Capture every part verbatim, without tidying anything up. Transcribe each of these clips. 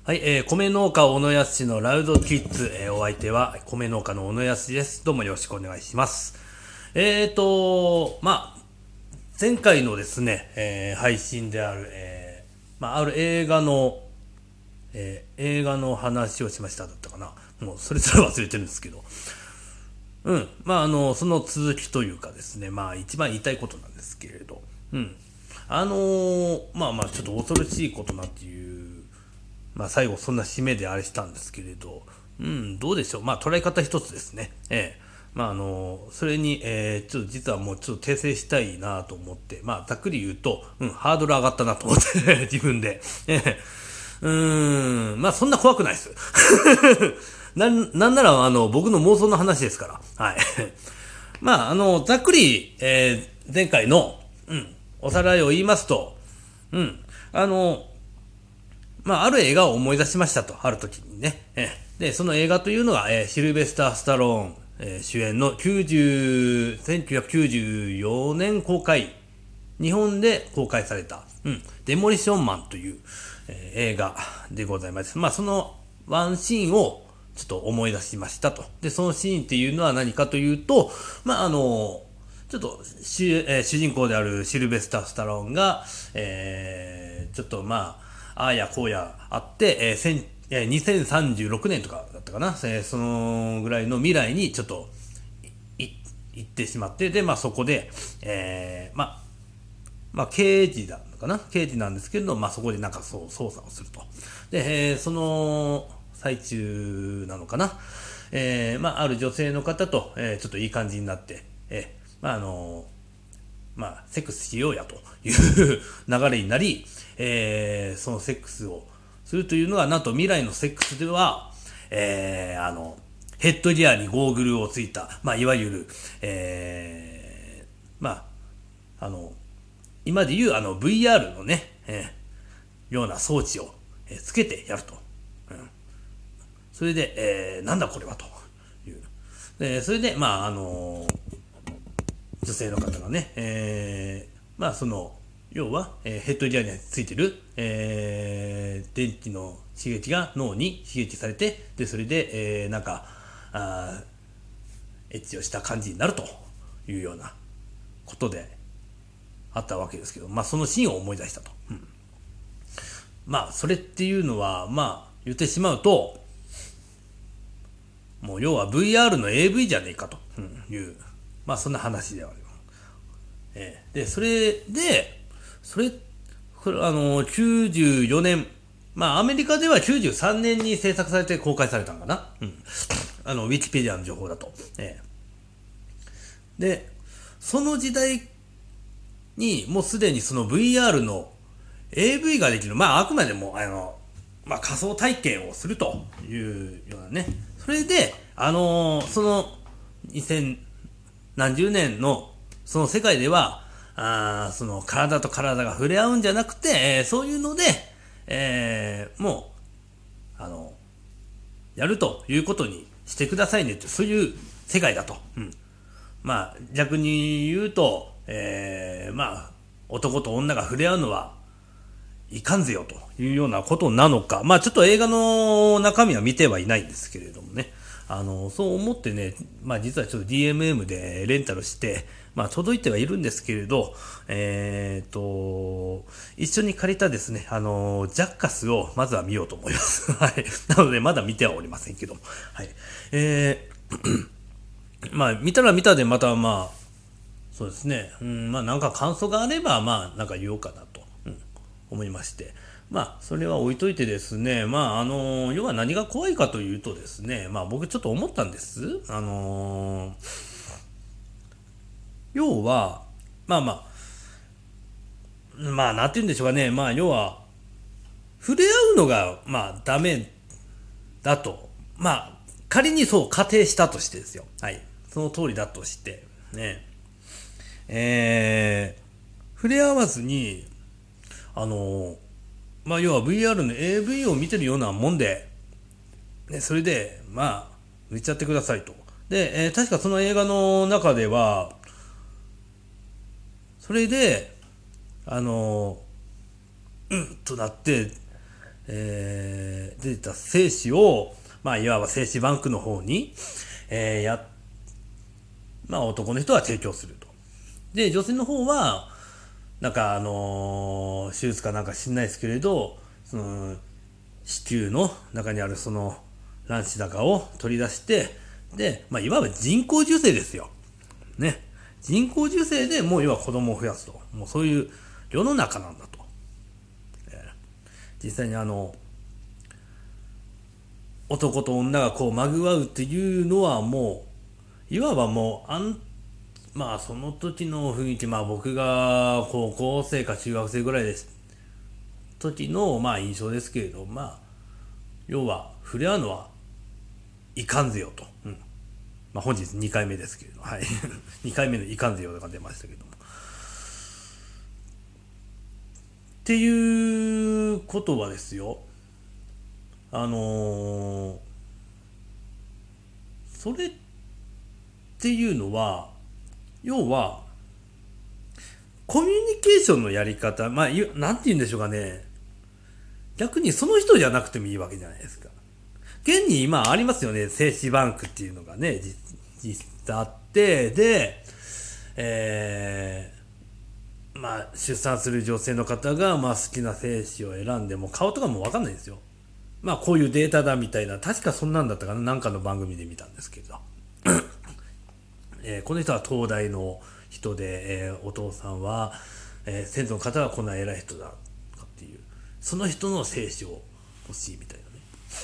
はい、えー、米農家小野康のラウドキッズ、えー、お相手は米農家の小野康です。どうもよろしくお願いします。えーと、まあ、前回のですね、えー配信である、えーまあ、ある映画の、えー映画の話をしましただったかな。もうそれすら忘れてるんですけど。うん。まあ、あの、その続きというかですね、まあ、一番言いたいことなんですけれど。うん。あのーまあまあ、ちょっと恐ろしいことなっていう、まあ、最後そんな締めであれしたんですけれど、うん、どうでしょう。まあ、捉え方一つですね。ええ。まあ、あの、それに、えー、ちょっと実はもうちょっと訂正したいなと思って、まあ、ざっくり言うと、うん、ハードル上がったなと思って自分で。ええ。うーん、まあ、そんな怖くないです。なん、なんなら、あの、僕の妄想の話ですから。はい。まあ、あの、ざっくり、えー、前回の、うん、おさらいを言いますと、うん、あの、まあ、ある映画を思い出しましたと、ある時にね。えーで、その映画というのが、えーシルベスター・スタローン、えー主演のきゅうじゅう、せんきゅうひゃくきゅうじゅうよねん公開、日本で公開された、うん、デモリションマンという、えー映画でございます。まあ、そのワンシーンをちょっと思い出しましたと。で、そのシーンっていうのは何かというと、まあ、あの、ちょっと主、えー主人公であるシルベスター・スタローンが、えーちょっとまあ、ああやこうやあって、えーせんえーにせんさんじゅうろくねんとかだったかな、えーそのぐらいの未来にちょっとい行ってしまって、で、まあそこで、えーまあ、まあ、刑事なのかな刑事なんですけれど、まあ、そこでなんかそう捜査をすると。で、えーその最中なのかなえーまあ、ある女性の方と、えーちょっといい感じになって、えーまあ、あのまあ、セックスしようやという流れになり、えーそのセックスをするというのが、なんと未来のセックスでは、えーあの、ヘッドギアにゴーグルをついた、まあ、いわゆる、えーまあ、あの、今でいうあの ブイアール のね、えーような装置を、えーつけてやると。うん、それで、えーなんだこれはという。でそれで、まあ、あのー女性の方がね、えーまあ、その、要は、えーヘッドギアについてる、えー電気の刺激が脳に刺激されて、で、それで、えーなんか、あエッチをした感じになるというようなことであったわけですけど、まあ、そのシーンを思い出したと。うん、まあ、それっていうのは、まあ、言ってしまうと、もう要は ブイアール の エーブイ じゃねえかという、まあ、そんな話ではあります。えーで、それで、それ、これあの、きゅうじゅうよねん、まあ、アメリカではきゅうじゅうさんねんに制作されて公開されたんかな。うん。あの、ウィキペディアの情報だと。えーで、その時代に、もうすでにその ブイアール の エーブイ ができる、まあ、あくまでも、あの、まあ、仮想体験をするというようなね。それで、あのーその、にせん何十年の、その世界では、あその体と体が触れ合うんじゃなくて、えーそういうので、えーもう、あの、やるということにしてくださいねって、そういう世界だと。うん。まあ、逆に言うと、えーまあ、男と女が触れ合うのはいかんぜよというようなことなのか、まあちょっと映画の中身は見てはいないんですけれどもね、あのそう思ってね、まあ実はちょっと ディーエムエム でレンタルして、まあ届いてはいるんですけれど、えっ、と、一緒に借りたですね、あのジャッカスをまずは見ようと思います。はい。なのでまだ見てはおりませんけども、はい。えー、まあ見たら見たでまたまあ、そうですね、うん、まあなんか感想があれば、まあなんか言おうかなと。うん思いまして。まあ、それは置いといてですね、まあ、あの、要は何が怖いかというとですね、まあ僕ちょっと思ったんです。あの、要は、まあまあ、まあ、なんて言うんでしょうかね、まあ、要は、触れ合うのが、まあ、ダメだと、まあ、仮にそう仮定したとしてですよ。はい。その通りだとして、ね、えー、触れ合わずに、あの、まあ、要は ブイアール の エーブイ を見てるようなもんで、ね、それで、まあ、売っちゃってくださいと。で、えー確かその映画の中では、それで、あのー、うんとなって、 えー、出てた精子を、まあ、いわば精子バンクの方に、えー、や、まあ、男の人は提供すると。で、女性の方は、なんかあのー手術かなんか知んないですけれど、その、子宮の中にあるその卵子高を取り出して、で、まあ、いわば人工授精ですよ。ね。人工授精でもう要は子供を増やすと。もうそういう世の中なんだと。えー実際にあの、男と女がこうまぐわうっていうのはもう、いわばもう、あん、まあその時の雰囲気、まあ僕が高校生か中学生ぐらいです。時のまあ印象ですけれど、まあ、要は触れ合うのはいかんぜよと。うん。まあ本日にかいめですけれど、はい。にかいめのいかんぜよが出ましたけども。っていうことはですよ、あのーそれっていうのは、要は、コミュニケーションのやり方、まあ、なんて言うんでしょうかね。逆にその人じゃなくてもいいわけじゃないですか。現に今ありますよね、精子バンクっていうのがね、実実あって、で、えー、まあ、出産する女性の方が、まあ、好きな精子を選んでも、顔とかもわかんないんですよ。まあ、こういうデータだみたいな、確かそんなんだったかな、なんかの番組で見たんですけど。えーこの人は東大の人で、えーお父さんは、えー先祖の方はこんな偉い人だとかっていう、その人の精子を欲しいみたいなね。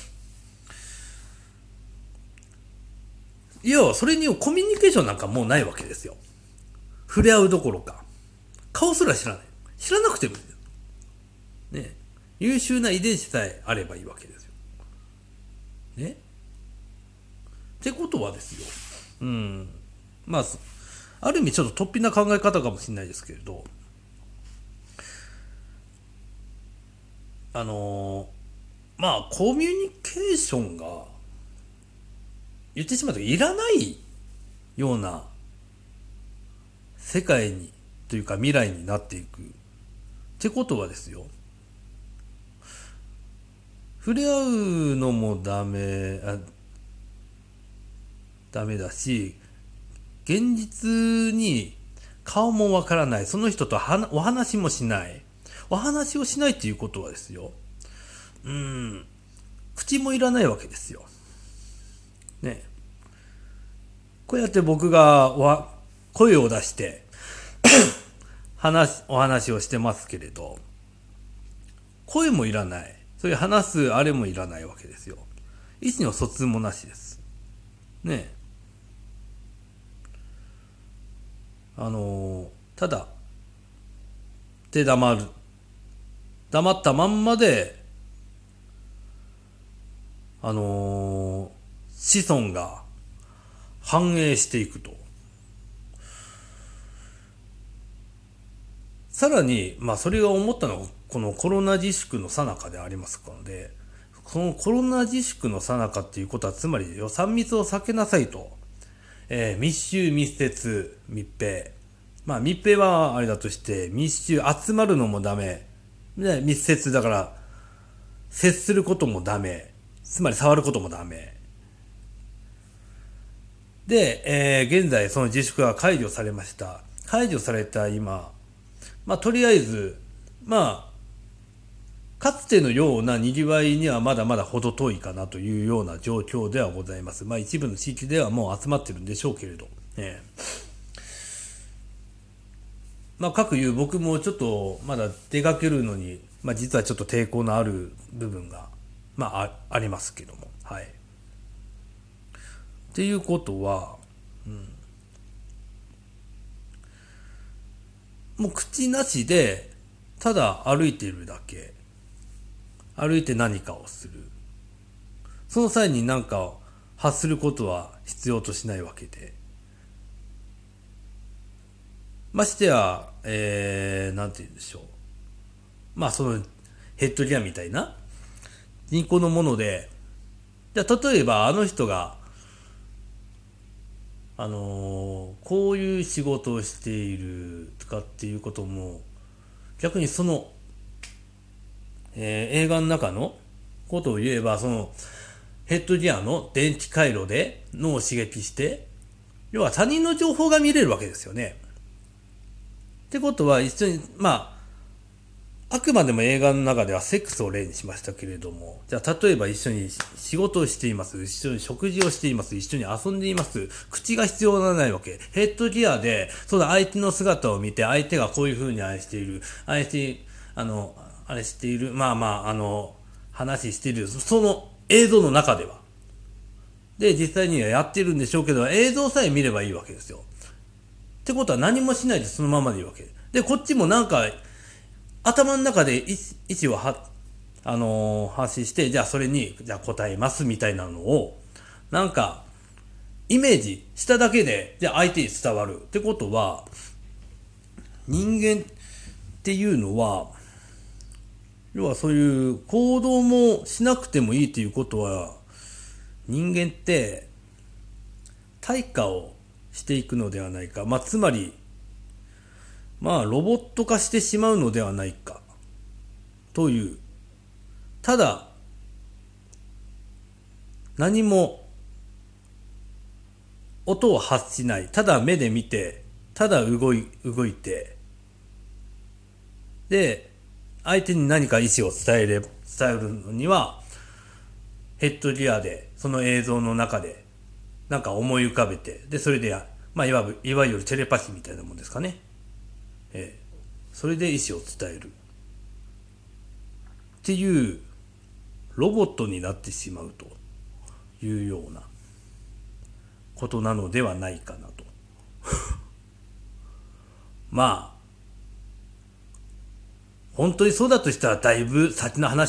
要はそれにコミュニケーションなんかもうないわけですよ。触れ合うどころか顔すら知らない、知らなくてもいいんだよね。優秀な遺伝子さえあればいいわけですよね。ってことはですよ、うんまあある意味ちょっと突飛な考え方かもしれないですけれど、あのーまあコミュニケーションが言ってしまうといらないような世界にというか未来になっていくってことはですよ、触れ合うのもダメあダメだし、現実に顔もわからない、その人とはお話もしない、お話をしないっていうことはですよ、うーん口もいらないわけですよね。こうやって僕がわ声を出して話お話をしてますけれど、声もいらない、そういう話すあれもいらないわけですよ。意思の疎通もなしですね。あのーただで黙る、黙ったまんまで、あのー子孫が繁栄していくと。さらに、まあそれが思ったのが、このコロナ自粛の最中でありますので、このコロナ自粛の最中っていうことは、つまりさん密を避けなさいと。えー密集、密接、密閉。まあ密閉はあれだとして、密集、集まるのもダメ。で、密接だから、接することもダメ。つまり触ることもダメ。で、えー現在その自粛が解除されました。解除された今、まあとりあえず、まあ、かつてのような賑わいにはまだまだ程遠いかなというような状況ではございます。まあ一部の地域ではもう集まってるんでしょうけれど。えーまあ各いう僕もちょっとまだ出かけるのに、まあ実はちょっと抵抗のある部分が、まああありますけども。はい。っていうことは、もう口なしで、ただ歩いているだけ。歩いて何かをする。その際に何かを発することは必要としないわけで。ましてや、えー、なんて言うんでしょう。まあそのヘッドギアみたいな人工のもので、じゃあ例えばあの人が、あのーこういう仕事をしているとかっていうことも、逆にそのえー映画の中のことを言えば、そのヘッドギアの電気回路で脳を刺激して、要は他人の情報が見れるわけですよね。ってことは一緒に、まあ、あくまでも映画の中ではセックスを例にしましたけれども、じゃあ例えば一緒に仕事をしています、一緒に食事をしています、一緒に遊んでいます、口が必要がないわけ。ヘッドギアで、その相手の姿を見て、相手がこういう風に愛している、相手、あの、あれしている、まあまあ、あの、話している、その映像の中では。で、実際にはやってるんでしょうけど、映像さえ見ればいいわけですよ。ってことは何もしないでそのままでいいわけで、こっちもなんか頭の中で意思をは、あのー発信して、じゃあそれにじゃあ答えますみたいなのをなんかイメージしただけで、じゃあ相手に伝わるってことは、人間っていうのは、要はそういう行動もしなくてもいいっていうことは、人間って対価をしていくのではないか、まあつまりまあロボット化してしまうのではないかという、ただ何も音を発しない、ただ目で見て、ただ動い動いて、で相手に何か意思を伝えれ伝えるのにはヘッドギアでその映像の中でなんか思い浮かべて、でそれで、まあ、いわゆるいわゆるテレパシーみたいなもんですかね、ええ、それで意思を伝えるっていうロボットになってしまうというようなことなのではないかなとまあ本当にそうだとしたらだいぶ先の話